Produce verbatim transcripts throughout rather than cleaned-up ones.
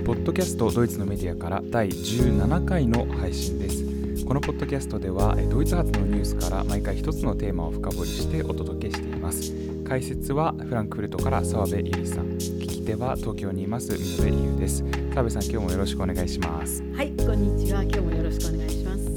ポッドキャストドイツのメディアからだいじゅうななかいの配信です。このポッドキャストではドイツ発のニュースから毎回一つのテーマを深掘りしてお届けしています。解説はフランクフルトから澤部ゆりさん、聞き手は東京にいます溝部優です。澤部さん、今日もよろしくお願いします。 はい、こんにちは。今日もよろしくお願いします。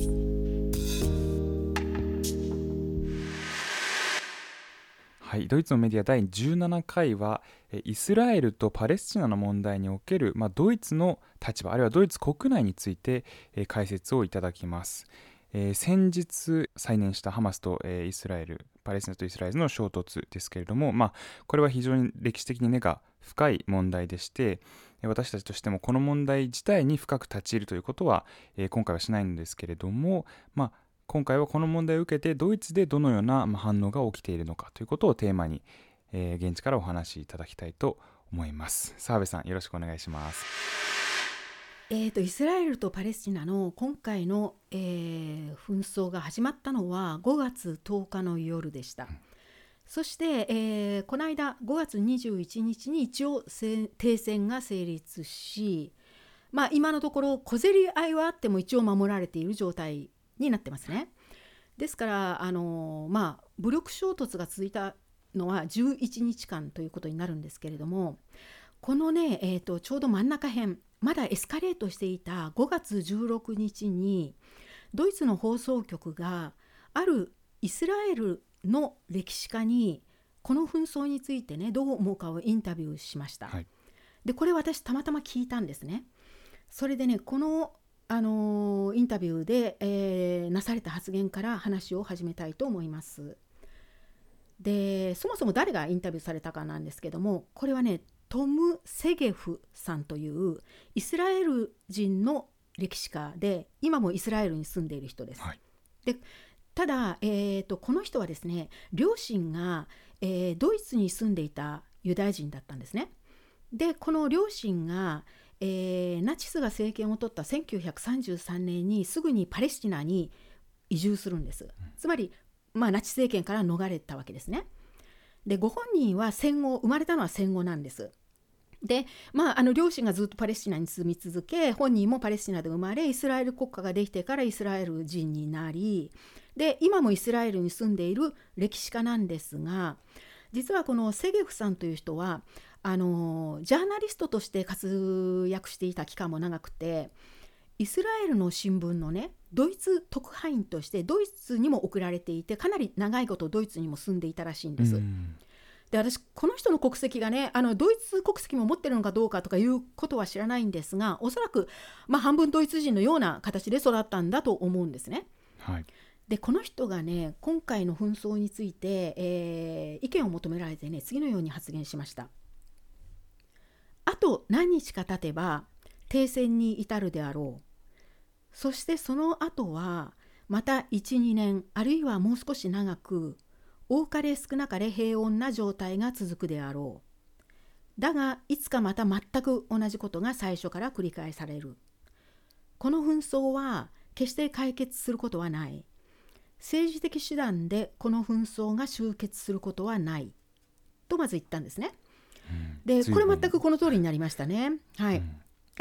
はい、ドイツのメディアだいじゅうななかいはイスラエルとパレスチナの問題における、まあ、ドイツの立場、あるいはドイツ国内について、えー、解説をいただきます。えー、先日再燃したハマスと、えー、イスラエルパレスチナとイスラエルの衝突ですけれども、まあ、これは非常に歴史的に根が深い問題でして、私たちとしてもこの問題自体に深く立ち入るということは、えー、今回はしないんですけれども、まあ今回はこの問題を受けてドイツでどのような反応が起きているのかということをテーマに、えー、現地からお話しいただきたいと思います。澤部さん、よろしくお願いします。 えーと、イスラエルとパレスチナの今回の、えー、紛争が始まったのはごがつとおかの夜でした。うん、そして、えー、この間ごがつにじゅういちにちに一応停戦が成立し、まあ、今のところ小競り合いはあっても一応守られている状態になってますね。ですからあの、まあ、武力衝突が続いたのはじゅういちにちかんということになるんですけれども、このね、えーと、ちょうど真ん中辺、まだエスカレートしていたごがつじゅうろくにちにドイツの放送局があるイスラエルの歴史家にこの紛争についてね、どう思うかをインタビューしました。はい、でこれ私たまたま聞いたんですね。それでね、このあのインタビューで、えー、なされた発言から話を始めたいと思います。でそもそも誰がインタビューされたかなんですけども、これはね、トム・セゲフさんというイスラエル人の歴史家で、今もイスラエルに住んでいる人です。はい、でただ、えーと、この人はですね、両親が、えー、ドイツに住んでいたユダヤ人だったんですね。でこの両親がえー、ナチスが政権を取ったせんきゅうひゃくさんじゅうさんねんにすぐにパレスチナに移住するんです。つまり、まあ、ナチ政権から逃れたわけですね。でご本人は戦後、生まれたのは戦後なんです。で、まあ、あの両親がずっとパレスチナに住み続け、本人もパレスチナで生まれ、イスラエル国家ができてからイスラエル人になり、で今もイスラエルに住んでいる歴史家なんですが、実はこのセゲフさんという人はあのジャーナリストとして活躍していた期間も長くて、イスラエルの新聞のね、ドイツ特派員としてドイツにも送られていて、かなり長いことドイツにも住んでいたらしいんです。うん、で私この人の国籍がね、あのドイツ国籍も持ってるのかどうかとかいうことは知らないんですが、おそらく、まあ、半分ドイツ人のような形で育ったんだと思うんですね。はい、でこの人がね、今回の紛争について、えー、意見を求められてね、次のように発言しました。あと何日か経てば停戦に至るであろう。そしてその後はまたいち、にねん、あるいはもう少し長く、多かれ少なかれ平穏な状態が続くであろう。だがいつかまた全く同じことが最初から繰り返される。この紛争は決して解決することはない。政治的手段でこの紛争が終結することはないとまず言ったんですね。でこれ全くこの通りになりましたね。はい、うん、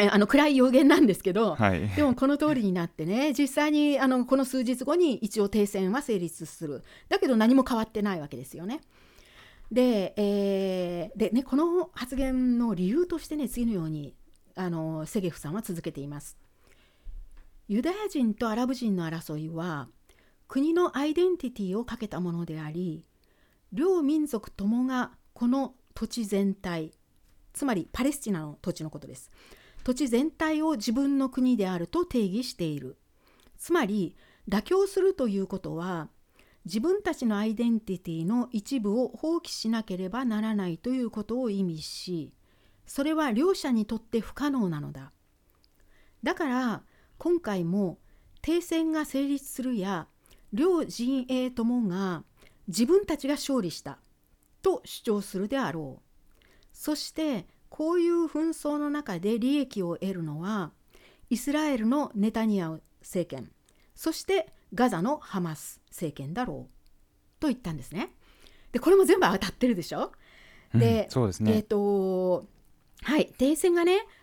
あの暗い予言なんですけど、はい、でもこの通りになってね、実際にあのこの数日後に一応停戦は成立する。だけど何も変わってないわけですよね。で、えーでね、この発言の理由としてね、次のようにあのセゲフさんは続けています。ユダヤ人とアラブ人の争いは国のアイデンティティをかけたものであり、両民族ともがこの土地全体、つまりパレスチナの土地のことです。土地全体を自分の国であると定義している。つまり妥協するということは、自分たちのアイデンティティの一部を放棄しなければならないということを意味し、それは両者にとって不可能なのだ。だから今回も停戦が成立するや、両陣営ともが自分たちが勝利したと主張するであろう。そしてこういう紛争の中で利益を得るのはイスラエルのネタニヤフ政権、そしてガザのハマス政権だろうと言ったんですね。でこれも全部当たってるでしょ。で、 うん、そうですね。 えーとはい、停戦がね、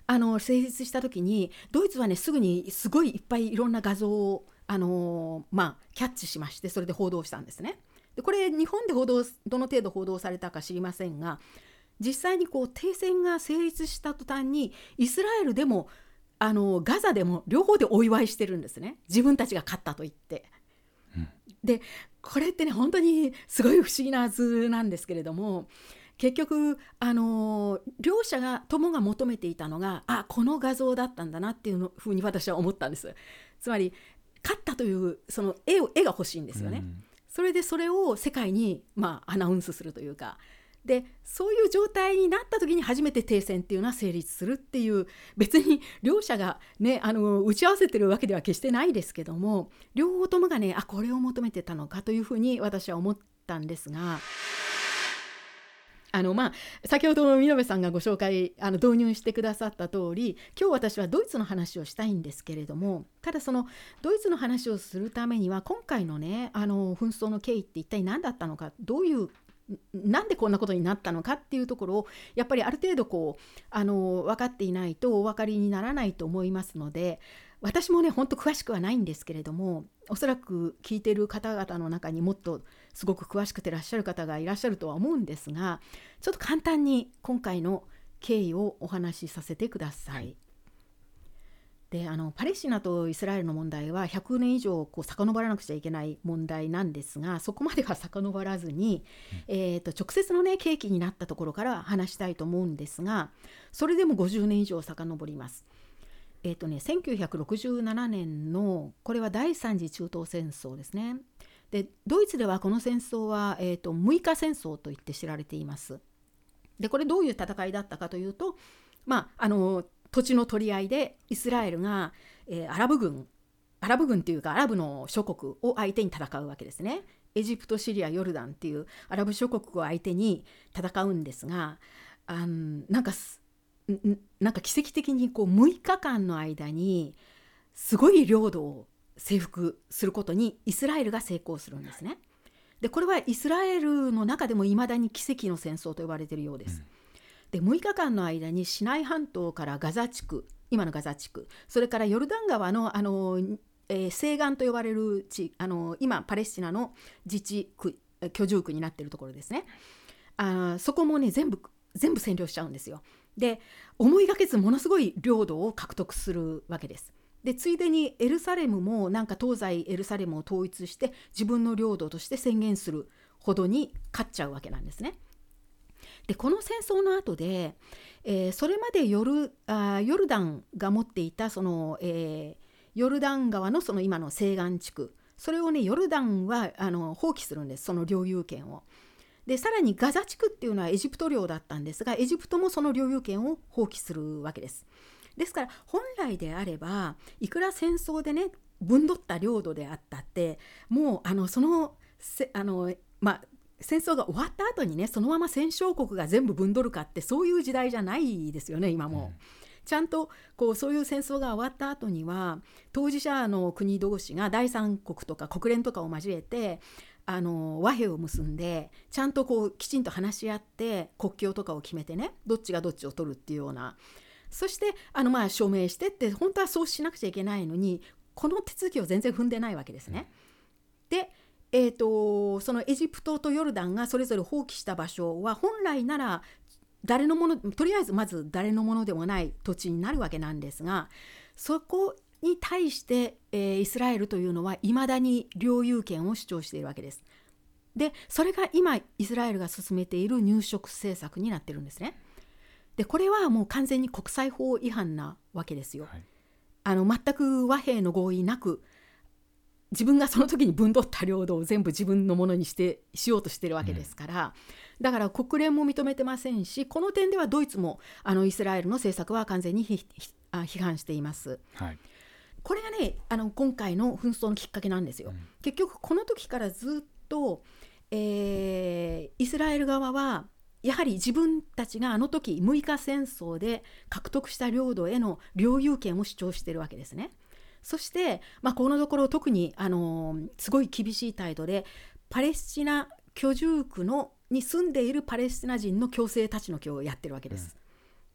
あの成立した時にドイツはねすぐにすごいいっぱいいろんな画像をあの、まあ、キャッチしまして、それで報道したんですね。でこれ日本で報道どの程度報道されたか知りませんが、実際にこう停戦が成立した途端にイスラエルでもあのガザでも両方でお祝いしてるんですね、自分たちが勝ったと言って、うん、でこれってね本当にすごい不思議な図なんですけれども、結局あの両者が友が求めていたのがあこの画像だったんだなっていうふうに私は思ったんです。つまり勝ったというその絵を絵が欲しいんですよね、うん、それでそれを世界に、まあ、アナウンスするというかで、そういう状態になった時に初めて停戦っていうのは成立するっていう、別に両者が、ね、あの打ち合わせてるわけでは決してないですけども、両方ともがねあこれを求めてたのかというふうに私は思ったんですが、あのまあ、先ほど見延さんがご紹介あの導入してくださった通り、今日私はドイツの話をしたいんですけれども、ただそのドイツの話をするためには今回のねあの紛争の経緯って一体何だったのか、どういうなんでこんなことになったのかっていうところをやっぱりある程度こうあの分かっていないとお分かりにならないと思いますので、私もね本当詳しくはないんですけれども、おそらく聞いている方々の中にもっとすごく詳しくてらっしゃる方がいらっしゃるとは思うんですが、ちょっと簡単に今回の経緯をお話しさせてください。はい、であのパレスチナとイスラエルの問題はひゃくねん以上こう遡らなくちゃいけない問題なんですが、そこまでは遡らずに、うん、えー、と直接の、ね、契機になったところから話したいと思うんですが、それでもごじゅうねん以上遡ります。えーとね、せんきゅうひゃくろくじゅうななねんのこれは第三次中東戦争ですね。でドイツではこの戦争は、えーとむいか戦争といって知られています。でこれどういう戦いだったかというと、まあ、あの土地の取り合いでイスラエルが、えー、アラブ軍アラブ軍というかアラブの諸国を相手に戦うわけですね。エジプト、シリア、ヨルダンっていうアラブ諸国を相手に戦うんですが、あのなんかなんか奇跡的にこうむいかかんの間にすごい領土を征服することにイスラエルが成功するんですね。でこれはイスラエルの中でもいまだに奇跡の戦争と呼ばれているようです。うん、でむいかかんの間にシナイ半島からガザ地区、今のガザ地区、それからヨルダン川の、あの、えー、西岸と呼ばれる地、あの今パレスチナの自治区、居住区になっているところですね。あそこもね全部全部占領しちゃうんですよ。で思いがけずものすごい領土を獲得するわけです。でついでにエルサレムもなんか東西エルサレムを統一して自分の領土として宣言するほどに勝っちゃうわけなんですね。でこの戦争の後で、えー、それまでヨル、あヨルダンが持っていたその、えー、ヨルダン川のその今の西岸地区、それをねヨルダンはあの放棄するんです、その領有権を。でさらにガザ地区っていうのはエジプト領だったんですが、エジプトもその領有権を放棄するわけです。ですから本来であればいくら戦争でね分取った領土であったって、もうあのそのせあの、まあ、戦争が終わった後にねそのまま戦勝国が全部分取るかってそういう時代じゃないですよね今も。うん、ちゃんとこうそういう戦争が終わった後には当事者の国同士が第三国とか国連とかを交えてあの和平を結んでちゃんとこうきちんと話し合って国境とかを決めてね、どっちがどっちを取るっていうような、そしてあのまあ署名してって、本当はそうしなくちゃいけないのにこの手続きを全然踏んでないわけですね。で、えーと、そのエジプトとヨルダンがそれぞれ放棄した場所は本来なら誰のもの、とりあえずまず誰のものでもない土地になるわけなんですが、そこに対して、えー、イスラエルというのはいまだに領有権を主張しているわけです。でそれが今イスラエルが進めている入植政策になっているんですね。でこれはもう完全に国際法違反なわけですよ。はい、あの全く和平の合意なく自分がその時に分取った領土を全部自分のものにしてしようとしているわけですから、うん、だから国連も認めてませんし、この点ではドイツもあのイスラエルの政策は完全に批判しています。はい、これがねあの今回の紛争のきっかけなんですよ。うん、結局この時からずっと、えー、イスラエル側はやはり自分たちがあの時むいか戦争で獲得した領土への領有権を主張しているわけですね。そして、まあ、このところ特にあのすごい厳しい態度でパレスチナ居住区のに住んでいるパレスチナ人の強制立ち退きをやってるわけです。うん、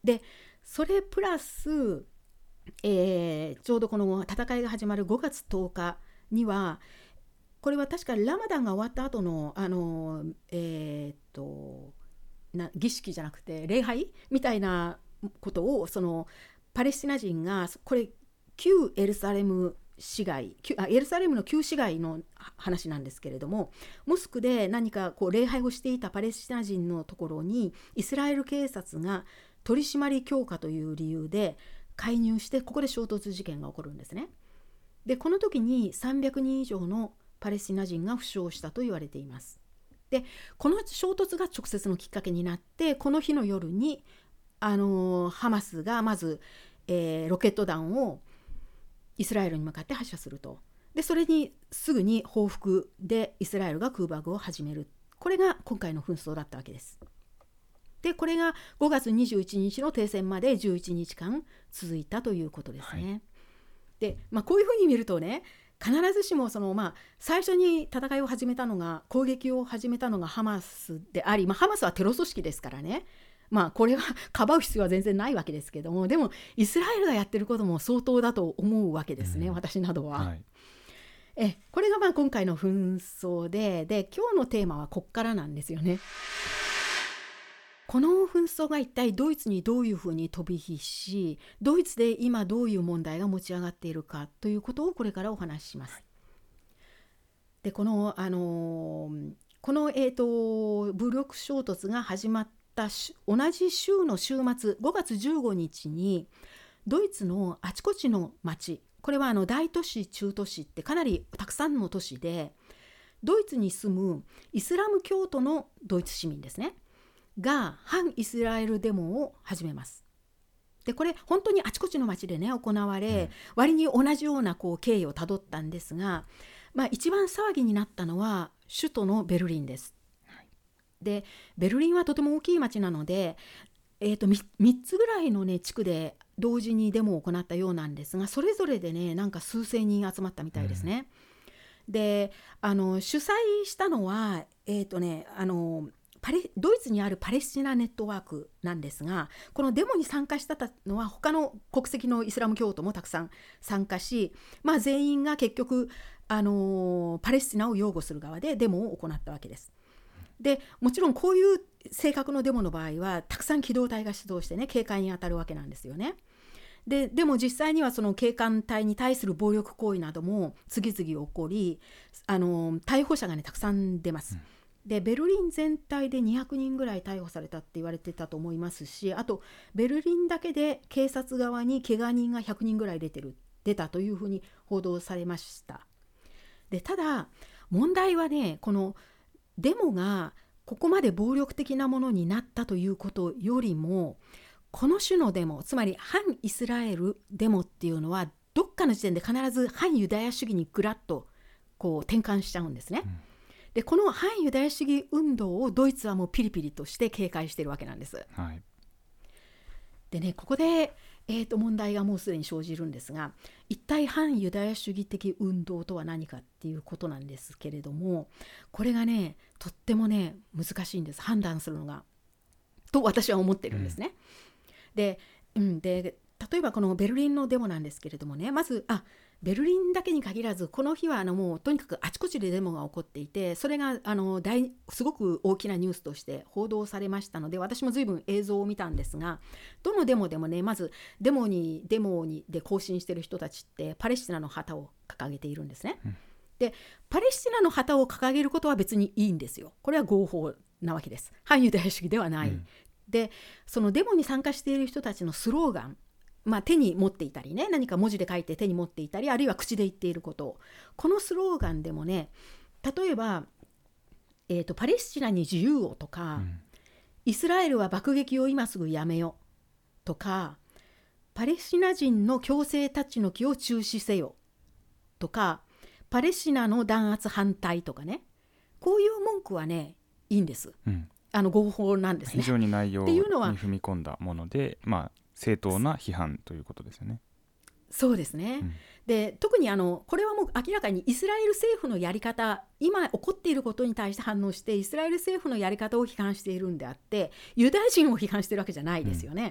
でそれプラス、えー、ちょうどこの戦いが始まるごがつとおかには、これは確かラマダンが終わった後のあのえー、っとな儀式じゃなくて礼拝みたいなことを、そのパレスチナ人が、これ旧エルサレム市街、あエルサレムの旧市街の話なんですけれども、モスクで何かこう礼拝をしていたパレスチナ人のところにイスラエル警察が取り締まり強化という理由で介入して、ここで衝突事件が起こるんですね。でこの時にさんびゃくにん以上のパレスチナ人が負傷したと言われています。でこの衝突が直接のきっかけになって、この日の夜にあのハマスがまず、えー、ロケット弾をイスラエルに向かって発射すると。でそれにすぐに報復でイスラエルが空爆を始める。これが今回の紛争だったわけです。でこれがごがつにじゅういちにちの停戦までじゅういちにちかん続いたということですね。はい、で、まあ、こういうふうに見るとね、必ずしもその、まあ、最初に戦いを始めたのが、攻撃を始めたのがハマスであり、まあ、ハマスはテロ組織ですからね、まあ、これはかばう必要は全然ないわけですけども、でもイスラエルがやってることも相当だと思うわけですね、うん、私などは。はい、えこれがまあ今回の紛争で、で今日のテーマはこっからなんですよね。この紛争が一体ドイツにどういうふうに飛び火し、ドイツで今どういう問題が持ち上がっているかということをこれからお話しします。でこの、あのー、この、えーと、武力衝突が始まった同じ週の週末ごがつじゅうごにちに、ドイツのあちこちの町、これはあの大都市中都市ってかなりたくさんの都市で、ドイツに住むイスラム教徒のドイツ市民ですねが反イスラエルデモを始めます。でこれ本当にあちこちの町でね行われ、うん、割に同じようなこう経緯をたどったんですが、まあ、一番騒ぎになったのは首都のベルリンです。はい、でベルリンはとても大きい町なので、えーと、み, みっつぐらいの、ね、地区で同時にデモを行ったようなんですが、それぞれでねなんか数千人集まったみたいですね。うん、であの主催したのは、えーとね、あのパレドイツにあるパレスチナネットワークなんですが、このデモに参加したのは他の国籍のイスラム教徒もたくさん参加し、まあ、全員が結局、あのー、パレスチナを擁護する側でデモを行ったわけです。でもちろんこういう性格のデモの場合はたくさん機動隊が出動してね警戒に当たるわけなんですよね。で, でも実際にはその警官隊に対する暴力行為なども次々起こり、あのー、逮捕者がねたくさん出ます。うんでベルリン全体でにひゃくにんぐらい逮捕されたって言われてたと思いますし、あとベルリンだけで警察側に怪我人がひゃくにんぐらい出てる出たというふうに報道されました。でただ問題はね、このデモがここまで暴力的なものになったということよりも、この種のデモ、つまり反イスラエルデモっていうのはどっかの時点で必ず反ユダヤ主義にぐらっとこう転換しちゃうんですね。うんでこの反ユダヤ主義運動をドイツはもうピリピリとして警戒しているわけなんです。はい、でねここで、えー、と問題がもうすでに生じるんですが、一体反ユダヤ主義的運動とは何かっていうことなんですけれども、これがねとってもね難しいんです、判断するのがと私は思ってるんですね。うん、で、うん、で例えばこのベルリンのデモなんですけれどもね、まずあベルリンだけに限らずこの日はあのもうとにかくあちこちでデモが起こっていて、それがあの大すごく大きなニュースとして報道されましたので、私も随分映像を見たんですが、どのデモでもねまずデモにデモにで行進している人たちってパレスチナの旗を掲げているんですね。うん、でパレスチナの旗を掲げることは別にいいんですよ。これは合法なわけです。反ユダヤ主義ではない。うん、でそのデモに参加している人たちのスローガン、まあ、手に持っていたりね、何か文字で書いて手に持っていたり、あるいは口で言っていること、このスローガンでもね、例えば、えーと、パレスチナに自由をとか、うん、イスラエルは爆撃を今すぐやめよとか、パレスチナ人の強制立ち退きを中止せよとか、パレスチナの弾圧反対とかね、こういう文句はねいいんです、うん、あの合法なんですね。 非常に内容に踏み込んだもので、まあ正当な批判ということですよね。 そうですね。うん、で特にあのこれはもう明らかにイスラエル政府のやり方、今起こっていることに対して反応してイスラエル政府のやり方を批判しているんであって、ユダヤ人を批判しているわけじゃないですよね。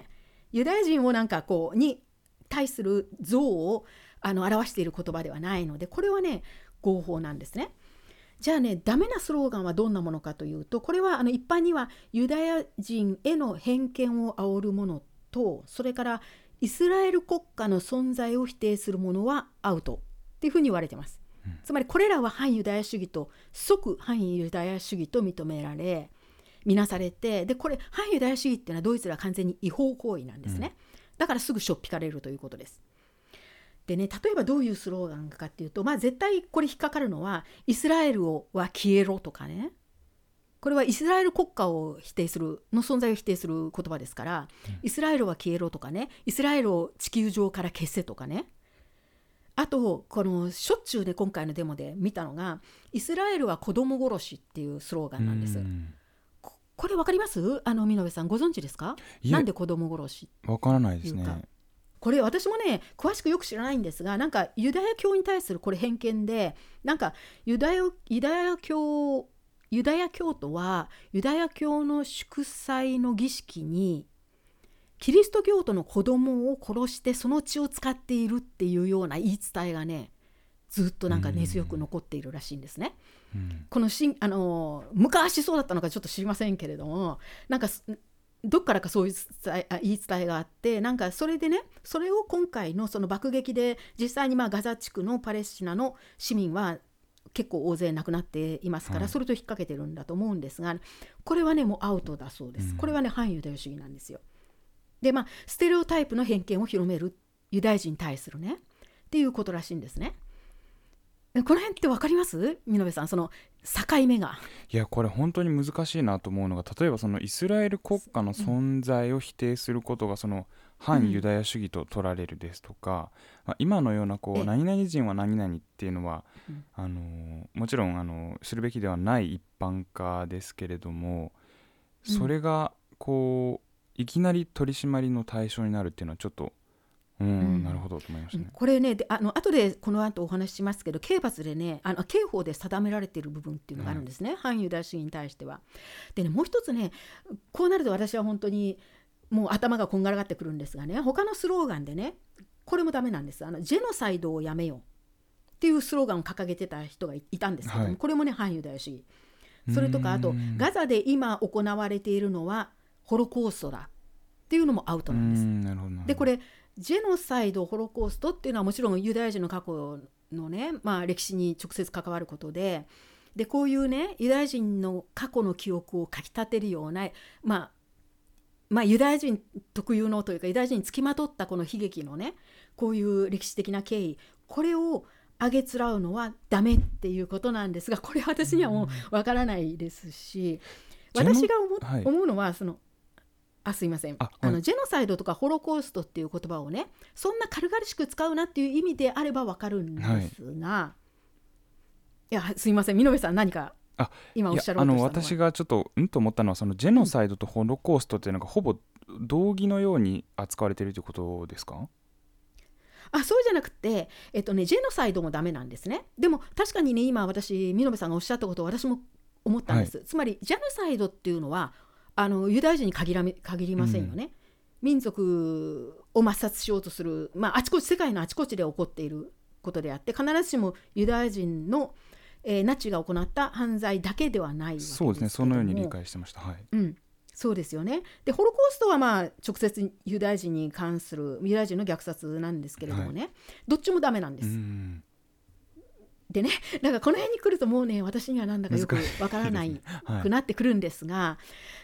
ユダヤ人をなんかこうに対する像をあの表している言葉ではないので、これはね合法なんですね。じゃあね、ダメなスローガンはどんなものかというと、これはあの一般にはユダヤ人への偏見を煽るものと、それからイスラエル国家の存在を否定するものはアウトっていうふうに言われています、うん、つまりこれらは反ユダヤ主義と即反ユダヤ主義と認められ見なされて、でこれ反ユダヤ主義っていうのはドイツでは完全に違法行為なんですね、うん、だからすぐしょっぴかれるということです。でね、例えばどういうスローガンかっていうと、まあ、絶対これ引っかかるのはイスラエルは消えろとかね、これはイスラエル国家を否定するの存在を否定する言葉ですから、うん、イスラエルは消えろとかね、イスラエルを地球上から消せとかね、あとこのしょっちゅうで今回のデモで見たのがイスラエルは子供殺しっていうスローガンなんです。こ, これ分かります？あの見延さんご存知ですか？なんで子供殺し分からないですね。 これ私もね詳しくよく知らないんですが、なんかユダヤ教に対するこれ偏見で、なんかユダヤ、ユダヤ教ユダヤ教徒はユダヤ教の祝祭の儀式にキリスト教徒の子供を殺してその血を使っているっていうような言い伝えがねずっとなんか根強く残っているらしいんですね、うん、このしあの昔そうだったのかちょっと知りませんけれども、なんかどっからかそういう言い伝えがあって、なんかそれでね、それを今回のその爆撃で実際にまあガザ地区のパレスチナの市民は結構大勢亡くなっていますから、はい、それと引っ掛けてるんだと思うんですが、これはねもうアウトだそうです、うん、これはね反ユダヤ主義なんですよ。でまあステレオタイプの偏見を広めるユダヤ人に対するねっていうことらしいんですね。この辺って分かります？見延さん、その境目が。 いやこれ本当に難しいなと思うのが、例えばそのイスラエル国家の存在を否定することがその反ユダヤ主義と取られるですとか、うんまあ、今のようなこう何々人は何々っていうのは、うん、あのもちろんあのするべきではない一般化ですけれども、それがこういきなり取り締まりの対象になるっていうのはちょっとうんうん、なるほどと思いましたね。 これね、であの後でこの後お話ししますけど、刑罰でね、あの刑法で定められている部分っていうのがあるんですね、うん、反ユダヤ主義に対しては。でね、もう一つね、こうなると私は本当にもう頭がこんがらがってくるんですがね、他のスローガンでね、これもダメなんです。あのジェノサイドをやめようっていうスローガンを掲げてた人がいたんですけども、はい、これもね反ユダヤ主義。それとかあとガザで今行われているのはホロコーストだっていうのもアウトなんです。 うんなるほどなるほど。 でこれジェノサイドホロコーストっていうのはもちろんユダヤ人の過去のね、まあ、歴史に直接関わることで、でこういうねユダヤ人の過去の記憶をかき立てるような、まあ、まあユダヤ人特有のというかユダヤ人につきまとったこの悲劇のねこういう歴史的な経緯、これをあげつらうのはダメっていうことなんですが、これ私にはもうわからないですし、私が 思,、はい、思うのはそのあすいませんああのジェノサイドとかホロコーストっていう言葉をねそんな軽々しく使うなっていう意味であれば分かるんですが、はい、いやすいません見延さん何か今おっしゃろうとしたのは。 あの私がちょっとんと思ったのは、そのジェノサイドとホロコーストっていうのがほぼ同義のように扱われているということですか？ あそうじゃなくて、えっとね、ジェノサイドもダメなんですね。でも確かにね今私見延さんがおっしゃったことを私も思ったんです、はい、つまりジェノサイドっていうのはあのユダヤ人に限らめ限りませんよね、うん、民族を抹殺しようとする、まあ、あちこち世界のあちこちで起こっていることであって、必ずしもユダヤ人の、えー、ナチが行った犯罪だけではないわけですけども。 そうですね、そのように理解してました、はいうん、そうですよね。でホロコーストはまあ直接ユダヤ人に関するユダヤ人の虐殺なんですけれどもね、はい、どっちもダメなんです。うんでね、だからこの辺に来るともうね私にはなんだかよくわからないくなってくるんですが、はい、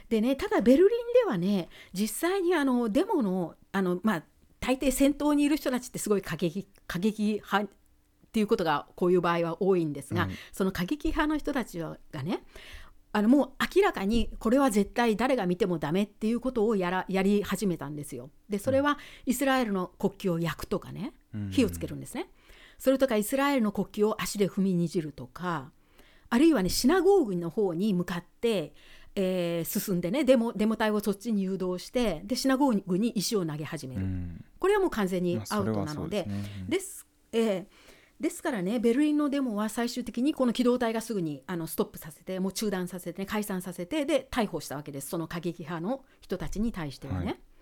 でねただベルリンではね実際にあのデモのあのまあ大抵先頭にいる人たちってすごい過激過激派っていうことがこういう場合は多いんですが、うん、その過激派の人たちがねあのもう明らかにこれは絶対誰が見てもダメっていうことをやらやり始めたんですよ。でそれはイスラエルの国旗を焼くとかね、火をつけるんですね。それとかイスラエルの国旗を足で踏みにじるとか、あるいはねシナゴーグの方に向かって、えー、進んでねデモ、デモ隊をそっちに誘導してでシナゴーグに石を投げ始める、うん、これはもう完全にアウトなので、まあ、ですね、です、えー、ですからねベルリンのデモは最終的にこの機動隊がすぐにあのストップさせてもう中断させて、ね、解散させてで逮捕したわけです。その過激派の人たちに対してはね、はい、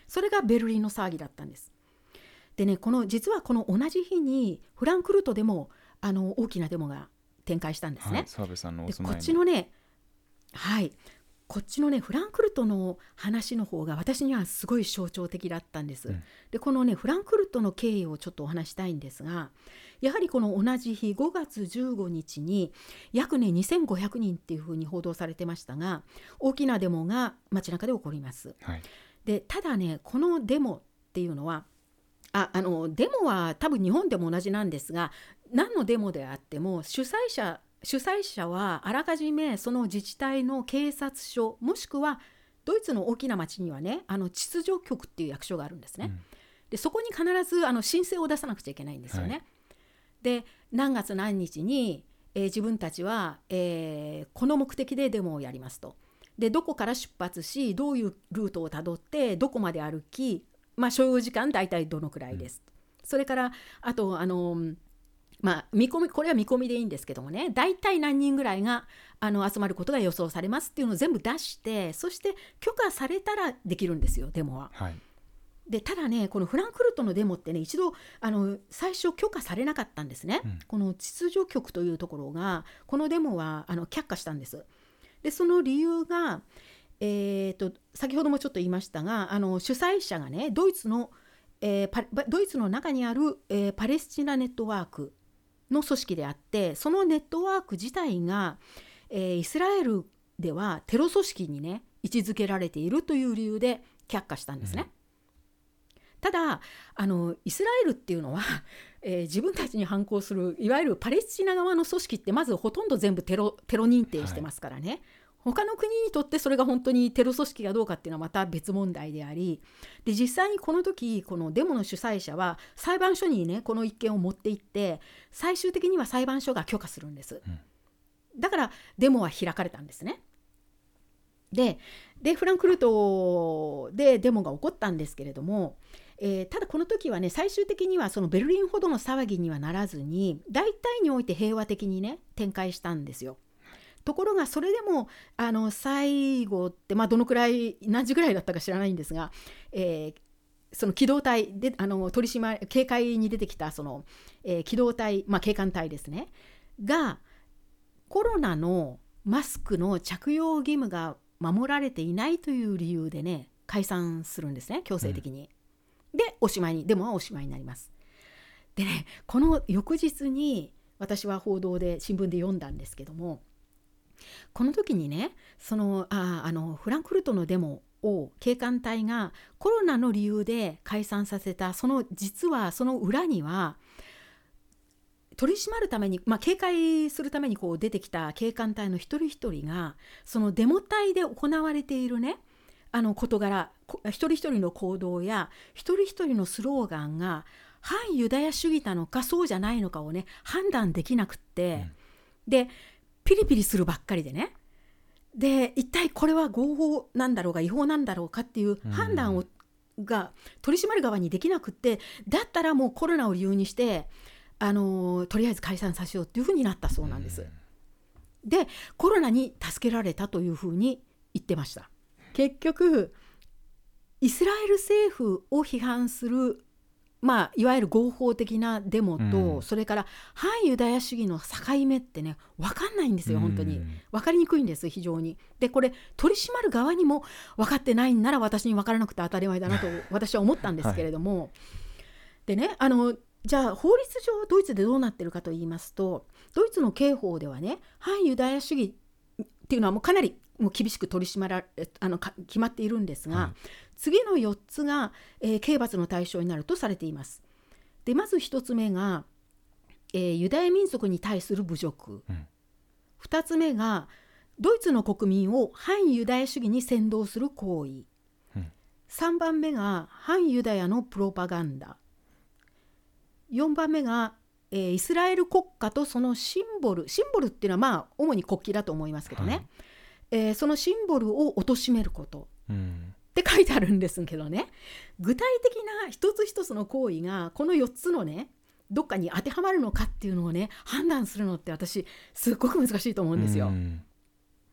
それがベルリンの騒ぎだったんです。でね、この実はこの同じ日にフランクフルトでもあの大きなデモが展開したんですね。 はい、澤部さんのおでこ住まいのっちのね、はい、こっちのねフランクフルトの話の方が私にはすごい象徴的だったんです。 うん、 でこのねフランクフルトの経緯をちょっとお話したいんですが、やはりこの同じ日ごがつじゅうごにちに約ねにせんごひゃくにんっていうふうに報道されてましたが、大きなデモが街中で起こります。 はい、 でただね、このデモっていうのはああのデモは多分日本でも同じなんですが、何のデモであっても主催者主催者はあらかじめその自治体の警察署、もしくはドイツの大きな町にはね、あの秩序局っていう役所があるんですね。うん、でそこに必ずあの申請を出さなくちゃいけないんですよね。はい、で何月何日に、えー、自分たちは、えー、この目的でデモをやりますと。でどこから出発し、どういうルートをたどってどこまで歩き、まあ、所要時間大体どのくらいです。うん、それからあとあの、まあ、見込みこれは見込みでいいんですけどもね、大体何人ぐらいがあの集まることが予想されますっていうのを全部出して、そして許可されたらできるんですよ、デモは。はい、でただね、このフランクフルトのデモってね、一度あの最初許可されなかったんですね。うん、この秩序局というところがこのデモはあの却下したんです。でその理由がえー、と先ほどもちょっと言いましたが、あの主催者がねドイツの、えー、パドイツの中にある、えー、パレスチナネットワークの組織であって、そのネットワーク自体が、えー、イスラエルではテロ組織にね位置づけられているという理由で却下したんですね。うん、ただあのイスラエルっていうのは、えー、自分たちに反抗するいわゆるパレスチナ側の組織ってまずほとんど全部テロ、テロ認定してますからね。はい、他の国にとってそれが本当にテロ組織かどうかっていうのはまた別問題であり、で実際にこの時このデモの主催者は裁判所にねこの一件を持って行って、最終的には裁判所が許可するんです。うん、だからデモは開かれたんですね。で、でフランクフルトでデモが起こったんですけれども、えー、ただこの時はね最終的にはそのベルリンほどの騒ぎにはならずに、大体において平和的にね展開したんですよ。ところがそれでもあの最後って、まあ、どのくらい何時ぐらいだったか知らないんですが、えー、その機動隊であの取り締まり警戒に出てきたその、えー、機動隊、まあ、警官隊ですねが、コロナのマスクの着用義務が守られていないという理由でね解散するんですね、強制的に。うん、でおしまいにデモはおしまいになります。でね、この翌日に私は報道で新聞で読んだんですけども、この時にねそのああのフランクフルトのデモを警官隊がコロナの理由で解散させた、その実はその裏には取り締まるために、まあ、警戒するためにこう出てきた警官隊の一人一人がそのデモ隊で行われているねあの事柄、一人一人の行動や一人一人のスローガンが反ユダヤ主義なのかそうじゃないのかをね判断できなくって、うん、でピリピリするばっかりでね、で一体これは合法なんだろうが違法なんだろうかっていう判断を、うん、が取り締まる側にできなくって、だったらもうコロナを理由にしてあのとりあえず解散させようっていうふうになったそうなんです。うん、でコロナに助けられたというふうに言ってました。結局イスラエル政府を批判するまあ、いわゆる合法的なデモと、うん、それから反ユダヤ主義の境目ってね分かんないんですよ。本当に分かりにくいんです、非常に。でこれ取り締まる側にも分かってないんなら私に分からなくて当たり前だなと私は思ったんですけれども、はい、でねあのじゃあ法律上ドイツでどうなってるかと言いますと、ドイツの刑法ではね反ユダヤ主義っていうのはもうかなりもう厳しく取り締まらあの決まっているんですが、はい、次のよっつが、えー、刑罰の対象になるとされています。でまずひとつめが、えー、ユダヤ民族に対する侮辱、うん、ふたつめがドイツの国民を反ユダヤ主義に扇動する行為、うん、さんばんめが反ユダヤのプロパガンダ、よんばんめが、えー、イスラエル国家とそのシンボルシンボルっていうのはまあ主に国旗だと思いますけどね、はい、えー、そのシンボルを貶めること、うんって書いてあるんですけどね、具体的な一つ一つの行為がこのよっつのねどっかに当てはまるのかっていうのをね判断するのって私すっごく難しいと思うんですよ。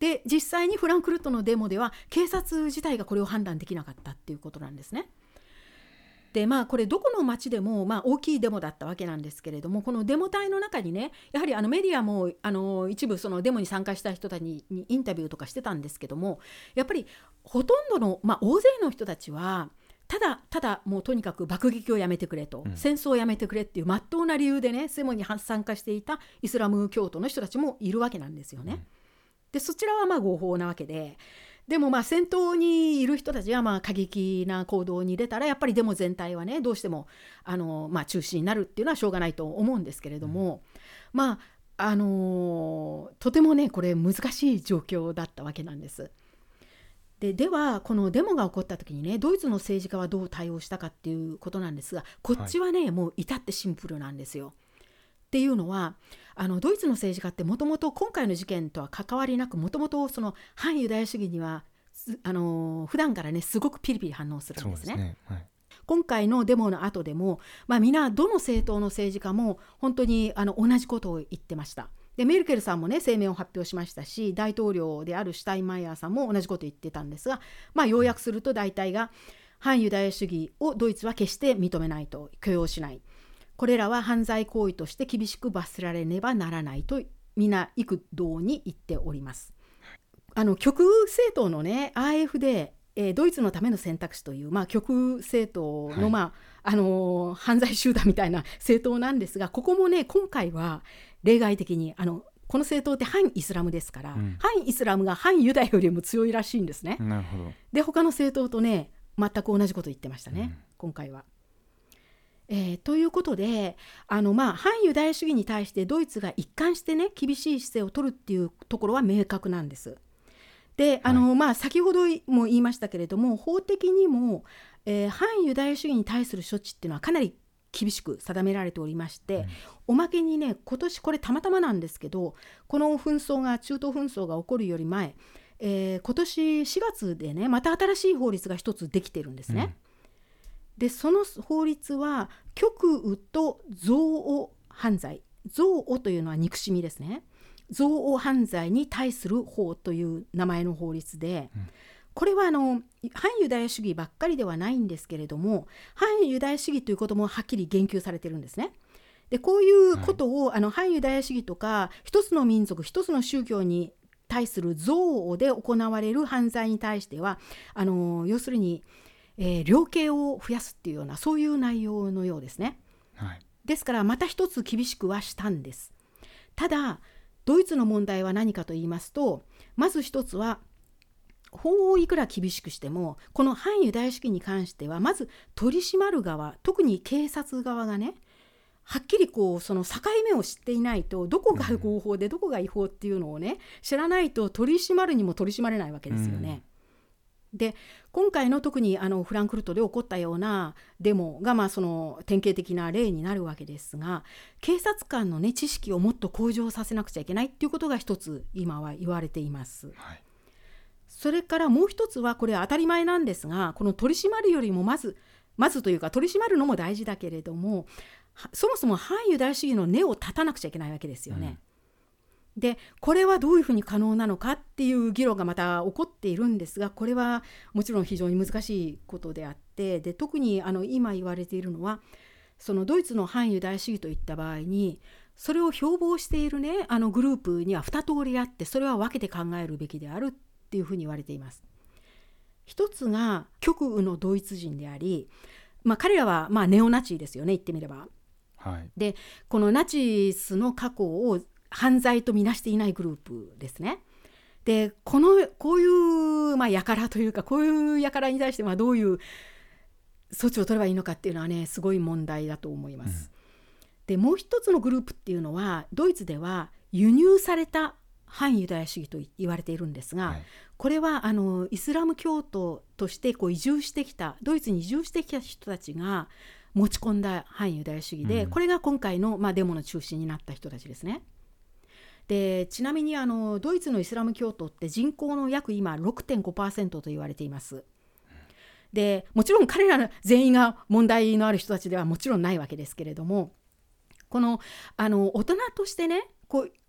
で実際にフランクフルトのデモでは警察自体がこれを判断できなかったっていうことなんですね。でまあこれどこの町でもまあ大きいデモだったわけなんですけれども、このデモ隊の中にねやはりあのメディアもあの一部そのデモに参加した人たちにインタビューとかしてたんですけども、やっぱりほとんどの、まあ、大勢の人たちはただただもうとにかく爆撃をやめてくれと、うん、戦争をやめてくれっていう真っ当な理由でねデモに参加していたイスラム教徒の人たちもいるわけなんですよね。うん、でそちらはまあ合法なわけで、でもまあ先頭にいる人たちはまあ過激な行動に出たらやっぱりデモ全体はねどうしてもあの、まあ、中止になるっていうのはしょうがないと思うんですけれども、うん、まああのー、とてもねこれ難しい状況だったわけなんです。で, ではこのデモが起こった時にねドイツの政治家はどう対応したかっていうことなんですが、こっちはね、はい、もう至ってシンプルなんですよ。っていうのはあのドイツの政治家ってもともと今回の事件とは関わりなくもともとその反ユダヤ主義にはあの普段からねすごくピリピリ反応するんですね。そうですね、はい、今回のデモの後でも、まあ、みんなどの政党の政治家も本当にあの同じことを言ってました。でメルケルさんもね声明を発表しましたし、大統領であるシュタインマイヤーさんも同じことを言ってたんですが、まあ、要約すると大体が反ユダヤ主義をドイツは決して認めないと、許容しない、これらは犯罪行為として厳しく罰せられねばならないと皆幾度に言っております。あの極右政党のね アーエフデー、えー、ドイツのための選択肢という、まあ、極右政党の、はい、まああのー、犯罪集団みたいな政党なんですが、ここもね今回は例外的にあのこの政党って反イスラムですから、うん、反イスラムが反ユダヤよりも強いらしいんですね。 なるほど。 で他の政党とね全く同じこと言ってましたね、うん、今回は。えー、ということであの、まあ、反ユダヤ主義に対してドイツが一貫してね厳しい姿勢を取るっていうところは明確なんです。であの、はいまあ、先ほども言いましたけれども法的にも、えー、反ユダヤ主義に対する処置っていうのはかなり厳しく定められておりまして、うん、おまけにね今年これたまたまなんですけど、この紛争が中東紛争が起こるより前、えー、今年しがつでねまた新しい法律が一つできてるんですね。うんでその法律は極右と憎悪犯罪、憎悪というのは憎しみですね、憎悪犯罪に対する法という名前の法律で、うん、これはあの反ユダヤ主義ばっかりではないんですけれども、反ユダヤ主義ということもはっきり言及されてるんですね。でこういうことを、はい、あの反ユダヤ主義とか一つの民族一つの宗教に対する憎悪で行われる犯罪に対してはあの要するにえー、量刑を増やすっていうようなそういう内容のようですね、はい、ですからまた一つ厳しくはしたんです。ただドイツの問題は何かと言いますと、まず一つは法をいくら厳しくしてもこの反ユダヤ主義に関してはまず取り締まる側、特に警察側がねはっきりこうその境目を知っていないと、どこが合法でどこが違法っていうのをね知らないと取り締まるにも取り締まれないわけですよね、うんで今回の特にあのフランクフルトで起こったようなデモがまあその典型的な例になるわけですが、警察官の、ね、知識をもっと向上させなくちゃいけないっていうことが一つ今は言われています、はい、それからもう一つはこれは当たり前なんですが、この取り締まるよりもまずまずというか取り締まるのも大事だけれども、そもそも反ユダヤ主義の根を断たなくちゃいけないわけですよね、うんでこれはどういうふうに可能なのかっていう議論がまた起こっているんですが、これはもちろん非常に難しいことであって、で特にあの今言われているのはそのドイツの反ユダヤ主義といった場合にそれを標榜している、ね、あのグループにはに通りあって、それは分けて考えるべきであるっていうふうに言われています。一つが極右のドイツ人であり、まあ、彼らはまあネオナチですよね言ってみれば、はい、でこのナチスの過去を犯罪とみなしていないグループですね。でこのこういう、まあ、輩というかこういう輩に対してはどういう措置を取ればいいのかっていうのはねすごい問題だと思います、うん、でもう一つのグループっていうのはドイツでは輸入された反ユダヤ主義と言われているんですが、はい、これはあのイスラム教徒としてこう移住してきたドイツに移住してきた人たちが持ち込んだ反ユダヤ主義で、うん、これが今回の、まあ、デモの中心になった人たちですね。でちなみにあのドイツのイスラム教徒って人口の約今 ろくてんごパーセント と言われています。でもちろん彼ら全員が問題のある人たちではもちろんないわけですけれども、この、あの大人としてねこう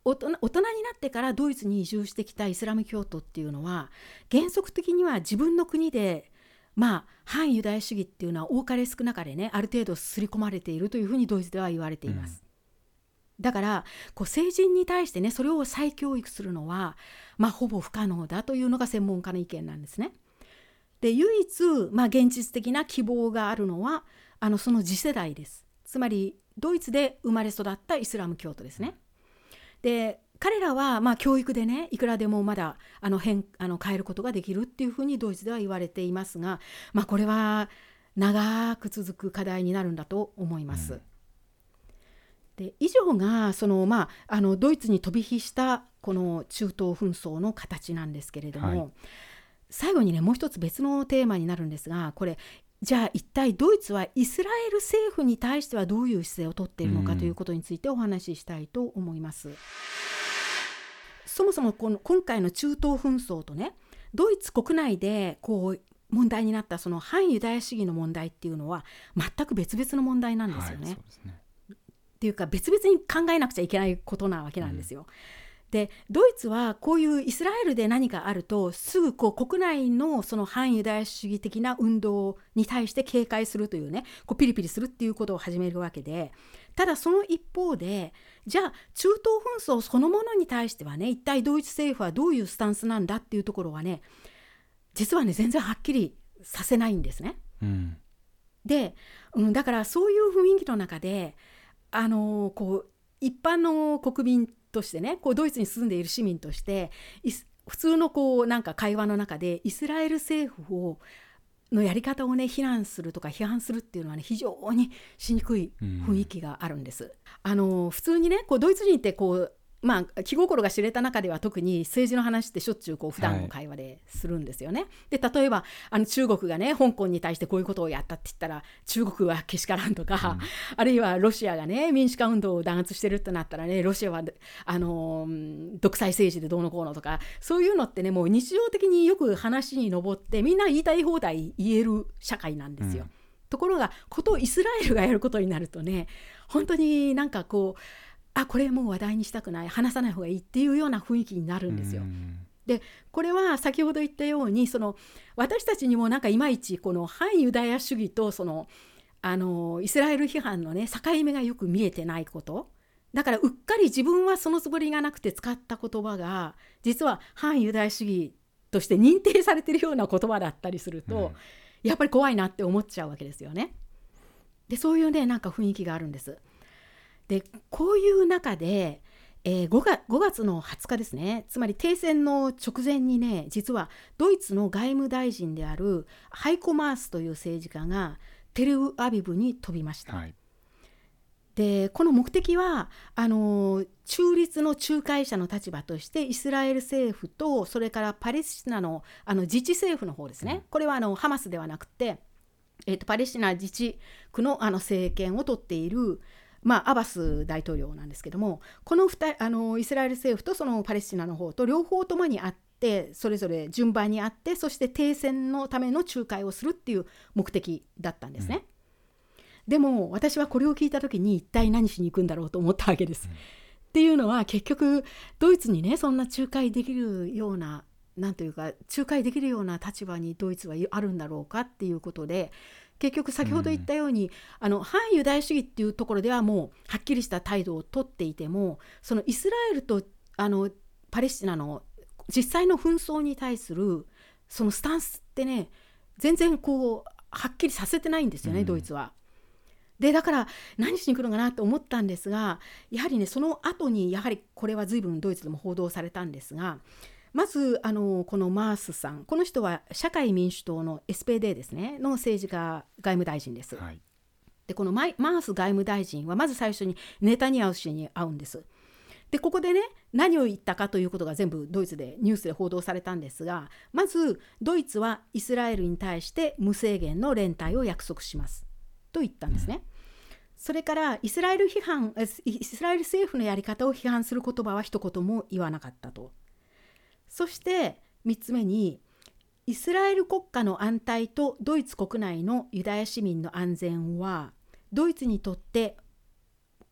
大人、大人になってからドイツに移住してきたイスラム教徒っていうのは原則的には自分の国でまあ反ユダヤ主義っていうのは多かれ少なかれねある程度刷り込まれているというふうにドイツでは言われています、うん、だからこう成人に対してねそれを再教育するのはまあほぼ不可能だというのが専門家の意見なんですね。で唯一、まあ、現実的な希望があるのはあのその次世代です。つまりドイツで生まれ育ったイスラム教徒ですね。で彼らはまあ教育でねいくらでもまだあの変あの変えることができるっていうふうにドイツでは言われていますが、まあ、これは長く続く課題になるんだと思います、うん、で以上がその、まあ、あのドイツに飛び火したこの中東紛争の形なんですけれども、はい、最後にねもう一つ別のテーマになるんですが、これじゃあ一体ドイツはイスラエル政府に対してはどういう姿勢をとっているのかということについてお話ししたいと思います、うん、そもそもこの今回の中東紛争とねドイツ国内でこう問題になったその反ユダヤ主義の問題っていうのは全く別々の問題なんですよね、はい、そうですね。っていうか別々に考えなくちゃいけないことなわけなんですよ、うんでドイツはこういうイスラエルで何かあるとすぐこう国内のその反ユダヤ主義的な運動に対して警戒するというねこうピリピリするっていうことを始めるわけで、ただその一方でじゃあ中東紛争そのものに対してはね一体ドイツ政府はどういうスタンスなんだっていうところはね実はね全然はっきりさせないんですね、うん、で、うん、だからそういう雰囲気の中であのー、こう一般の国民としてねこうドイツに住んでいる市民として普通のこうなんか会話の中でイスラエル政府をのやり方をね非難するとか批判するっていうのはね非常にしにくい雰囲気があるんです、うん、あの普通にねこうドイツ人ってこうまあ、気心が知れた中では特に政治の話ってしょっちゅうこう普段の会話でするんですよね、はい、で例えばあの中国がね香港に対してこういうことをやったって言ったら中国はけしからんとか、うん、あるいはロシアがね民主化運動を弾圧してるってなったらねロシアはあの独裁政治でどうのこうのとかそういうのってねもう日常的によく話に上ってみんな言いたい放題言える社会なんですよ、うん、ところがことイスラエルがやることになるとね本当になんかこうあこれもう話題にしたくない話さない方がいいっていうような雰囲気になるんですよ。でこれは先ほど言ったようにその私たちにもなんかいまいちこの反ユダヤ主義とそのあのイスラエル批判のね境目がよく見えてないことだからうっかり自分はそのつもりがなくて使った言葉が実は反ユダヤ主義として認定されているような言葉だったりすると、うん、やっぱり怖いなって思っちゃうわけですよね。でそういうねなんか雰囲気があるんです。でこういう中で、えー、ごがつ、ごがつのはつかですね、つまり停戦の直前にね実はドイツの外務大臣であるハイコ・マースという政治家がテルアビブに飛びました、はい、でこの目的はあの中立の仲介者の立場としてイスラエル政府とそれからパレスチナ の, あの自治政府の方ですね、うん、これはあのハマスではなくて、えーと、パレスチナ自治区 の, あの政権を取っているまあ、アバス大統領なんですけどもこの2あのイスラエル政府とそのパレスチナの方と両方ともにあってそれぞれ順番にあってそして停戦のための仲介をするっていう目的だったんですね、うん、でも私はこれを聞いた時に一体何しに行くんだろうと思ったわけです、うん、っていうのは結局ドイツにねそんな仲介できるようななんというか仲介できるような立場にドイツはあるんだろうかっていうことで結局先ほど言ったように、うん、あの反ユダヤ主義っていうところではもうはっきりした態度を取っていてもそのイスラエルとあのパレスチナの実際の紛争に対するそのスタンスってね全然こうはっきりさせてないんですよね、うん、ドイツは。でだから何しに来るのかなと思ったんですがやはりねその後にやはりこれは随分ドイツでも報道されたんですがまずあのこのマースさんこの人は社会民主党の エスピーディー ですねの政治家外務大臣です、はい、でこのマース外務大臣はまず最初にネタニヤフ氏に会うんです。でここでね何を言ったかということが全部ドイツでニュースで報道されたんですがまずドイツはイスラエルに対して無制限の連帯を約束しますと言ったんですね、うん、それからイスラエル批判イスラエル政府のやり方を批判する言葉は一言も言わなかったと。そしてみっつめにイスラエル国家の安泰とドイツ国内のユダヤ市民の安全はドイツにとって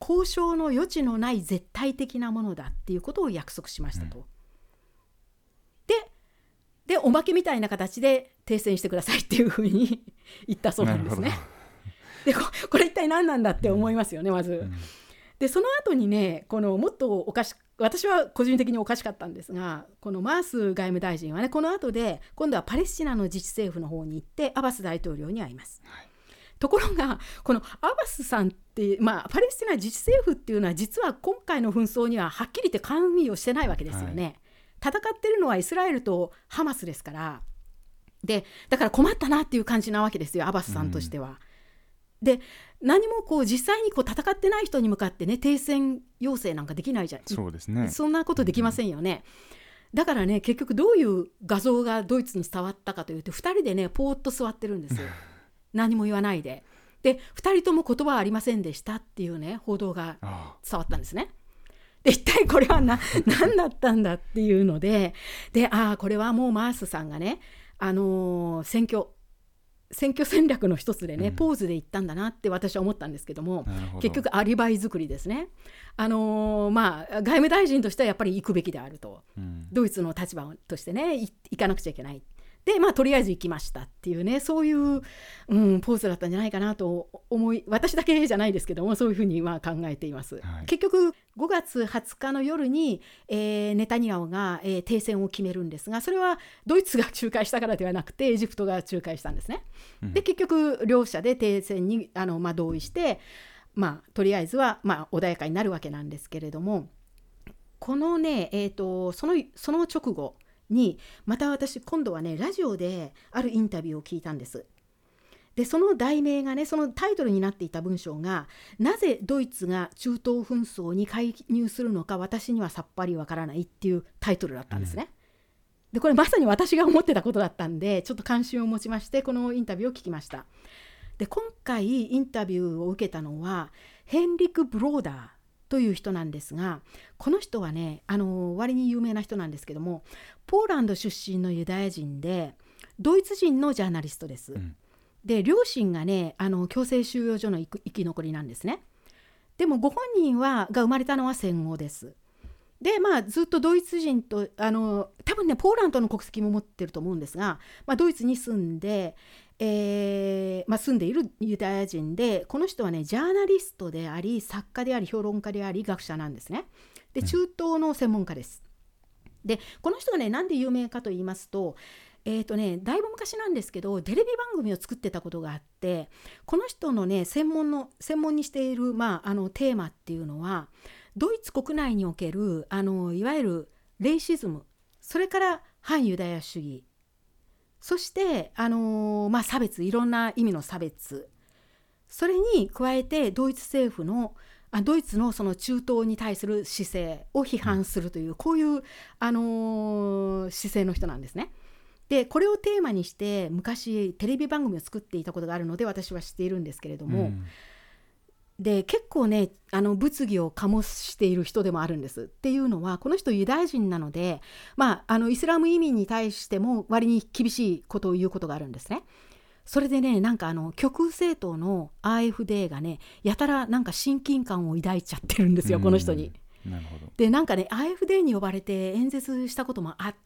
交渉の余地のない絶対的なものだっていうことを約束しましたと、うん、で, でおまけみたいな形で停戦してくださいっていうふうに言ったそうなんですね。で こ, これ一体何なんだって思いますよね、まず、うん、でその後にね、このもっとおかし私は個人的におかしかったんですが、このマース外務大臣はね、この後で今度はパレスチナの自治政府の方に行ってアバス大統領に会います、はい、ところがこのアバスさんって、まあ、パレスチナ自治政府っていうのは実は今回の紛争にははっきり言って関与してないわけですよね、はい、戦ってるのはイスラエルとハマスですから、でだから困ったなっていう感じなわけですよ、アバスさんとしては、うん、で何もこう実際にこう戦ってない人に向かってね、停戦要請なんかできないじゃん。 そうですね、 そんなことできませんよね、うん、だからね、結局どういう画像がドイツに伝わったかというと、ふたりでねポーッと座ってるんですよ何も言わないで、でふたりとも言葉はありませんでしたっていうね報道が伝わったんですね。で一体これはな何だったんだっていうので、でああこれはもうマースさんがね、あのー、選挙選挙戦略の一つでね、うん、ポーズで言ったんだなって私は思ったんですけども、ど結局アリバイ作りですね。あのーまあ、外務大臣としてはやっぱり行くべきであると、うん、ドイツの立場としてね行かなくちゃいけない。で、まあ、とりあえず行きましたっていうね、そういう、うん、ポーズだったんじゃないかなと思い、私だけじゃないですけども、そういうふうにまあ考えています、はい、結局ごがつはつかの夜に、えー、ネタニヤフが、えー、停戦を決めるんですが、それはドイツが仲介したからではなくてエジプトが仲介したんですね、うん、で結局両者で停戦にあの、まあ、同意して、まあ、とりあえずは、まあ、穏やかになるわけなんですけれども、このね、えーと、その、その直後にまた私今度はねラジオであるインタビューを聞いたんです。でその題名がね、そのタイトルになっていた文章が、なぜドイツが中東紛争に介入するのか私にはさっぱりわからないっていうタイトルだったんですね、うん、でこれまさに私が思ってたことだったんで、ちょっと関心を持ちましてこのインタビューを聞きました。で今回インタビューを受けたのはヘンリク・ブローダーという人なんですが、この人はね、あの割に有名な人なんですけども、ポーランド出身のユダヤ人でドイツ人のジャーナリストです、うん、で両親がねあの強制収容所の生き残りなんですね。でもご本人はが生まれたのは戦後です。でまあずっとドイツ人とあの多分ねポーランドの国籍も持ってると思うんですが、まあ、ドイツに住んで、えーまあ、住んでいるユダヤ人で、この人はねジャーナリストであり作家であり評論家であり学者なんですね。で中東の専門家です。でこの人がねなんで有名かと言いますと、えーとね、だいぶ昔なんですけどテレビ番組を作ってたことがあって、この人のね専門の専門にしている、まあ、あのテーマっていうのはドイツ国内におけるあのいわゆるレイシズム、それから反ユダヤ主義、そしてあの、まあ、差別、いろんな意味の差別、それに加えてドイツ政府のあドイツのその中東に対する姿勢を批判するという、こういう、あのー、姿勢の人なんですね。でこれをテーマにして昔テレビ番組を作っていたことがあるので私は知っているんですけれども、うん、で結構ねあの物議を醸している人でもあるんです。っていうのはこの人ユダヤ人なので、まあ、あのイスラム移民に対しても割に厳しいことを言うことがあるんですね。それでねなんかあの極右政党の アーエフディー がねやたらなんか親近感を抱いちゃってるんですよ、この人に。 なるほど。 でなんかね アーエフディー に呼ばれて演説したこともあって、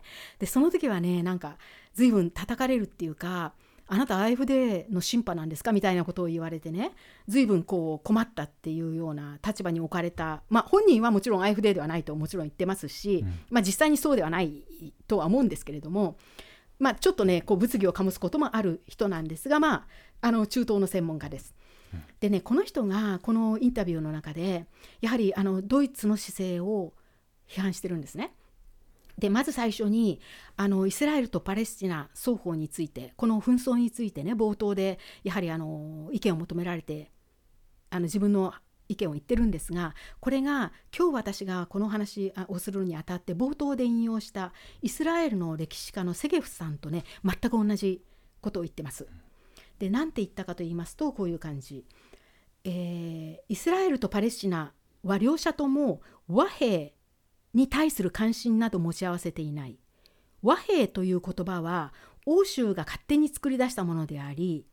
でその時はねなんか随分叩かれるっていうか、あなた アーエフディー のシンパなんですかみたいなことを言われてね、随分こう困ったっていうような立場に置かれた、まあ本人はもちろん アーエフディー ではないともちろん言ってますし、うん、まあ実際にそうではないとは思うんですけれども、まあ、ちょっとねこう物議を醸すこともある人なんですが、まあ、あの中東の専門家です。でねこの人がこのインタビューの中でやはりあのドイツの姿勢を批判してるんですね。でまず最初にあのイスラエルとパレスチナ双方について、この紛争についてね冒頭でやはりあの意見を求められてあの自分の意見を言ってるんですが、これが今日私がこの話をするにあたって冒頭で引用したイスラエルの歴史家のセゲフさんとね全く同じことを言ってます。で何て言ったかと言いますとこういう感じ、えー、イスラエルとパレスチナは両者とも和平に対する関心など持ち合わせていない。和平という言葉は欧州が勝手に作り出したものであり、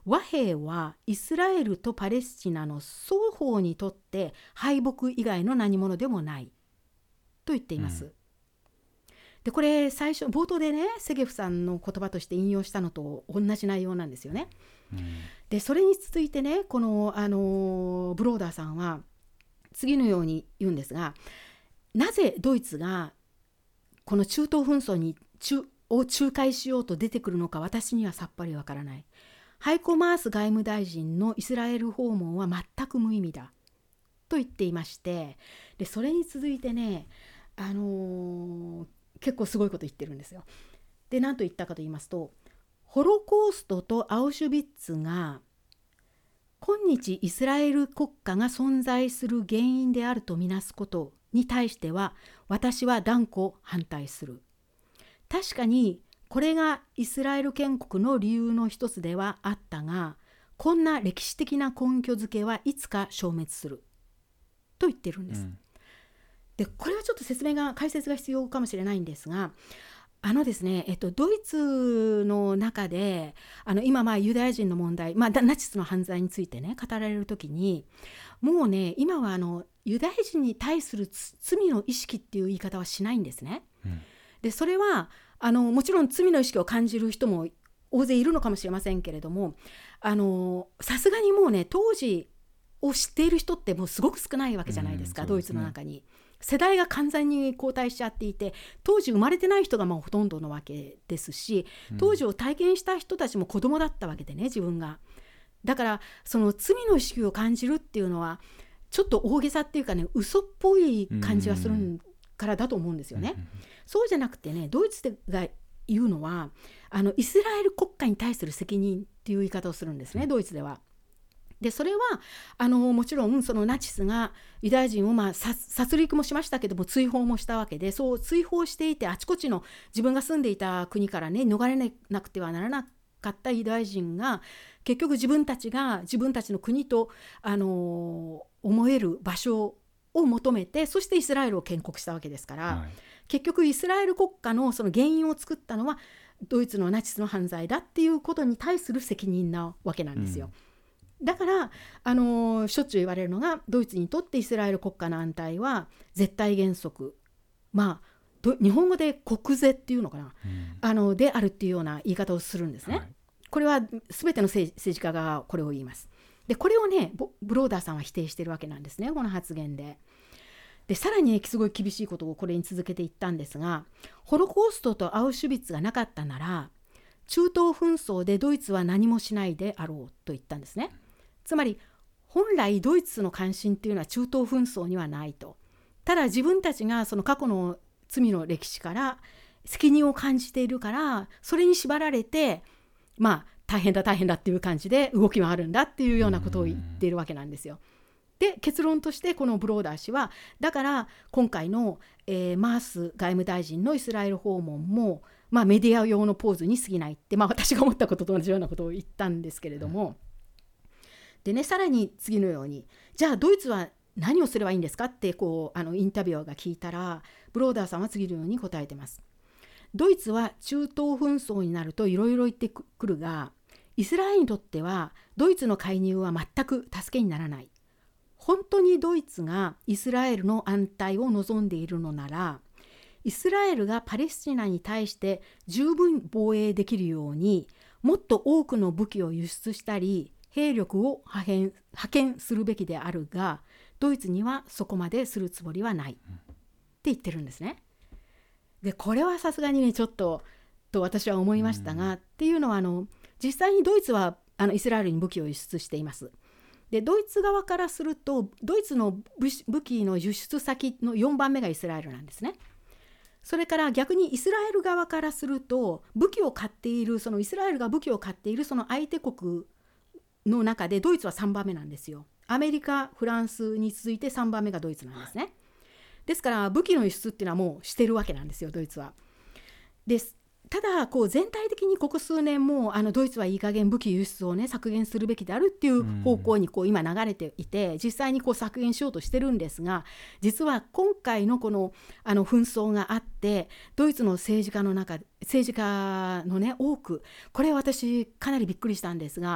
和平はイスラエルとパレスチナの双方にとって敗北以外の何者でもないと言っています、うん、でこれ最初冒頭でねセゲフさんの言葉として引用したのと同じ内容なんですよね、うん、でそれに続いてねこの、あのブローダーさんは次のように言うんですが、なぜドイツがこの中東紛争に中を仲介しようと出てくるのか私にはさっぱりわからない。ハイコ・マース外務大臣のイスラエル訪問は全く無意味だと言っていまして、でそれに続いてね、あのー、結構すごいこと言ってるんですよ。で何と言ったかと言いますと、ホロコーストとアウシュビッツが今日イスラエル国家が存在する原因であるとみなすことに対しては私は断固反対する。確かにこれがイスラエル建国の理由の一つではあったが、こんな歴史的な根拠づけはいつか消滅すると言ってるんです、うん、でこれはちょっと説明が解説が必要かもしれないんですが、あのですね、えっと、ドイツの中であの今まあユダヤ人の問題、まあ、ナチスの犯罪についてね語られるときに、もうね今はあのユダヤ人に対する罪の意識っていう言い方はしないんですね、うん、でそれはあのもちろん罪の意識を感じる人も大勢いるのかもしれませんけれども、あのさすがにもうね当時を知っている人ってもうすごく少ないわけじゃないですか、うん、そうですね、ドイツの中に世代が完全に交代しちゃっていて、当時生まれてない人がまあほとんどのわけですし、当時を体験した人たちも子供だったわけでね、自分が。だからその罪の意識を感じるっていうのはちょっと大げさっていうかね、嘘っぽい感じがするからだと思うんですよね、うん、そうじゃなくてね、ドイツが言うのはあのイスラエル国家に対する責任っていう言い方をするんですね、ドイツでは。でそれはあのもちろんそのナチスがユダヤ人をまあ殺戮もしましたけども追放もしたわけで、そう追放していてあちこちの自分が住んでいた国からね逃れなくてはならなかったユダヤ人が結局自分たちが自分たちの国とあの思える場所を求めて、そしてイスラエルを建国したわけですから、はい、結局イスラエル国家のその原因を作ったのはドイツのナチスの犯罪だっていうことに対する責任なわけなんですよ、うん、だから、あのー、しょっちゅう言われるのがドイツにとってイスラエル国家の安泰は絶対原則、まあ日本語で国是っていうのかな、うん、あのであるっていうような言い方をするんですね、はい、これは全ての政治家がこれを言います。でこれをねブローダーさんは否定してるわけなんですね、この発言で。でさらに、ね、すごい厳しいことをこれに続けていったんですが、ホロコーストとアウシュビッツがなかったなら中東紛争でドイツは何もしないであろうと言ったんですね。つまり本来ドイツの関心っていうのは中東紛争にはないと。ただ自分たちがその過去の罪の歴史から責任を感じているから、それに縛られてまあ大変だ大変だっていう感じで動き回るんだっていうようなことを言っているわけなんですよ。で結論としてこのブローダー氏はだから今回の、えー、マース外務大臣のイスラエル訪問も、まあ、メディア用のポーズに過ぎないって、まあ、私が思ったことと同じようなことを言ったんですけれども、でね、さらに次のように、じゃあドイツは何をすればいいんですかってこうあのインタビュアーが聞いたら、ブローダーさんは次のように答えてます。ドイツは中東紛争になるといろいろ言ってくるが、イスラエルにとってはドイツの介入は全く助けにならない。本当にドイツがイスラエルの安泰を望んでいるのなら、イスラエルがパレスチナに対して十分防衛できるようにもっと多くの武器を輸出したり兵力を派遣、派遣するべきであるが、ドイツにはそこまでするつもりはないって言ってるんですね。でこれはさすがにねちょっとと私は思いましたが、っていうのはあの実際にドイツはあのイスラエルに武器を輸出しています。でドイツ側からするとドイツの武器の輸出先のよんばんめがイスラエルなんですね。それから逆にイスラエル側からすると武器を買っているそのイスラエルが武器を買っているその相手国の中でドイツはさんばんめなんですよ。アメリカ、フランスに続いてさんばんめがドイツなんですね。ですから武器の輸出っていうのはもうしてるわけなんですよ、ドイツは。ですただこう全体的にここ数年もあのドイツはいい加減武器輸出を、ね、削減するべきであるっていう方向にこう今流れていて、実際にこう削減しようとしてるんですが、実は今回のこの、あの紛争があってドイツの政治家の中政治家のね多く、これ私かなりびっくりしたんですが、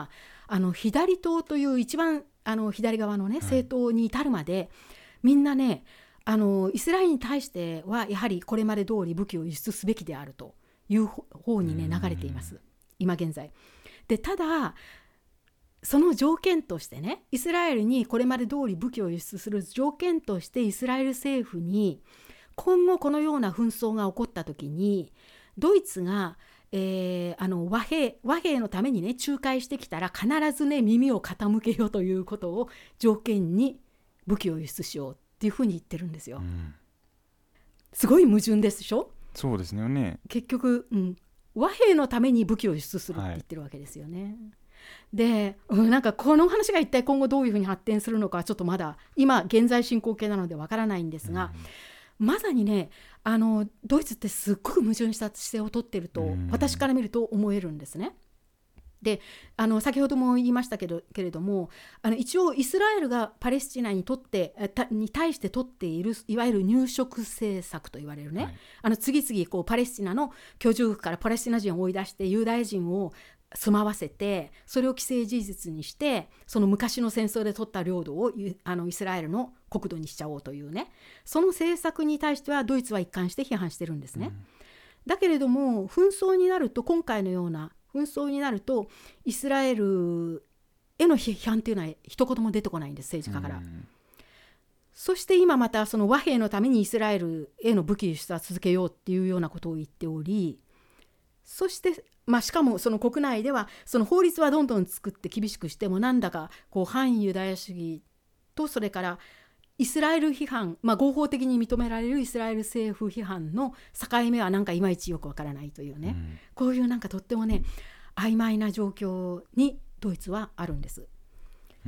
あの左党という一番あの左側のね政党に至るまで、はい、みんなねあのイスラエルに対してはやはりこれまで通り武器を輸出すべきであるという方にね流れています、今現在で。ただその条件としてね、イスラエルにこれまで通り武器を輸出する条件としてイスラエル政府に今後このような紛争が起こった時にドイツが、えー、あの和平、和平のためにね仲介してきたら必ずね耳を傾けようということを条件に武器を輸出しようっていうふうに言ってるんですよ、うん、すごい矛盾ですでしょ。 そうですよね。 結局、うん、和平のために武器を輸出するって言ってるわけですよね、はい。で、うん、なんかこの話が一体今後どういうふうに発展するのかちょっとまだ今現在進行形なのでわからないんですが、うん、まさにねあのドイツってすっごく矛盾した姿勢をとっていると、うん、私から見ると思えるんですね。であの先ほども言いましたけど、けれどもあの一応イスラエルがパレスチナにとってに対して取っているいわゆる入植政策と言われるね、はい、あの次々こうパレスチナの居住区からパレスチナ人を追い出してユダヤ人を住まわせてそれを既成事実にしてその昔の戦争で取った領土をあのイスラエルの国土にしちゃおうというね、その政策に対してはドイツは一貫して批判してるんですね、うん、だけれども紛争になると今回のような紛争になるとイスラエルへの批判というのは一言も出てこないんです、政治家から、うん、そして今またその和平のためにイスラエルへの武器輸出は続けようっていうようなことを言っており、そしてまあ、しかもその国内ではその法律はどんどん作って厳しくしてもなんだかこう反ユダヤ主義とそれからイスラエル批判、まあ、合法的に認められるイスラエル政府批判の境目はなんかいまいちよくわからないというね、うん、こういうなんかとってもね曖昧な状況にドイツはあるんです、うん、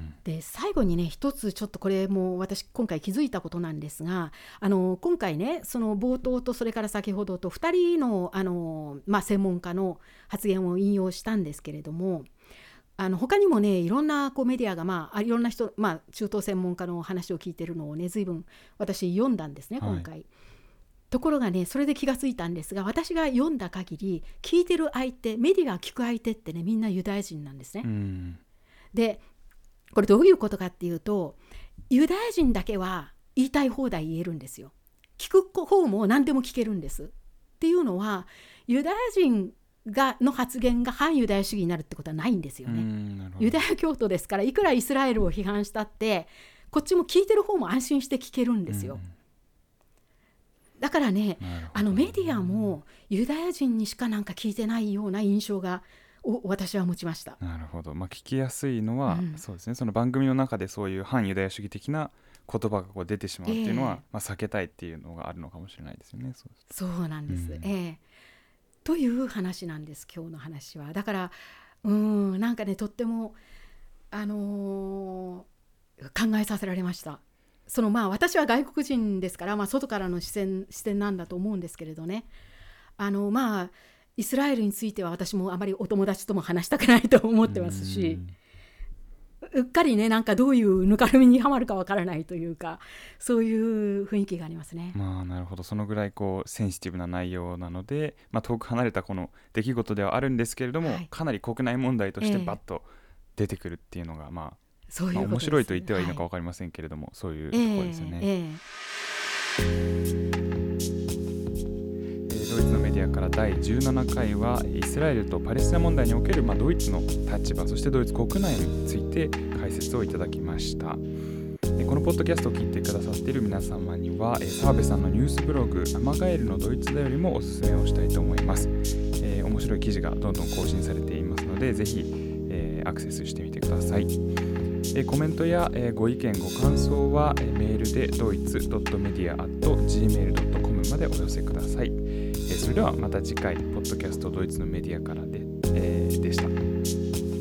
で最後にね一つちょっとこれも私今回気づいたことなんですが、あの今回ねその冒頭とそれから先ほどとふたりの、あの、まあ、専門家の発言を引用したんですけれども、あの他にもねいろんなこうメディアが、まあ、いろんな人、まあ、中東専門家の話を聞いてるのをね随分私読んだんですね今回、はい、ところがねそれで気がついたんですが、私が読んだ限り聞いてる相手メディアが聞く相手ってねみんなユダヤ人なんですね、うん、でこれどういうことかっていうとユダヤ人だけは言いたい放題言えるんですよ。聞く方も何でも聞けるんですっていうのはユダヤ人がの発言が反ユダヤ主義になるってことはないんですよね。ユダヤ教徒ですからいくらイスラエルを批判したってこっちも聞いてる方も安心して聞けるんですよ。だからねあのメディアもユダヤ人にしかなんか聞いてないような印象が私は持ちました。 なるほど、まあ、聞きやすいのは、うん、そうですね、その番組の中でそういう反ユダヤ主義的な言葉がこう出てしまうっていうのは、えーまあ、避けたいっていうのがあるのかもしれないですよね。そうです、 そうなんです、うんえー、という話なんです今日の話は。だからうーんなんかねとっても、あのー、考えさせられました。そのまあ私は外国人ですから、まあ、外からの視線、視点なんだと思うんですけれどね、あのまあイスラエルについては私もあまりお友達とも話したくないと思ってますし、うっかりねなんかどういうぬかるみにはまるかわからないというかそういう雰囲気がありますね。 まあなるほど、そのぐらいこうセンシティブな内容なので、まあ、遠く離れたこの出来事ではあるんですけれども、はい、かなり国内問題としてバッと出てくるっていうのが、えー、まあそういうことですね、まあ、面白いと言ってはいいのか分かりませんけれども、はい、そういうところですよね、えーえードイツのメディアからだいじゅうななかいはイスラエルとパレスチナ問題における、まあ、ドイツの立場、そしてドイツ国内について解説をいただきました。このポッドキャストを聞いてくださっている皆様には澤部さんのニュースブログアマガエルのドイツだよりもおすすめをしたいと思います。えー、面白い記事がどんどん更新されていますのでぜひ、えー、アクセスしてみてください。えー、コメントや、えー、ご意見ご感想は、えー、メールでドイツ .media アット ジーメール ドットコム までお寄せください。それではまた次回ポッドキャストドイツのメディアからで、えー、でした。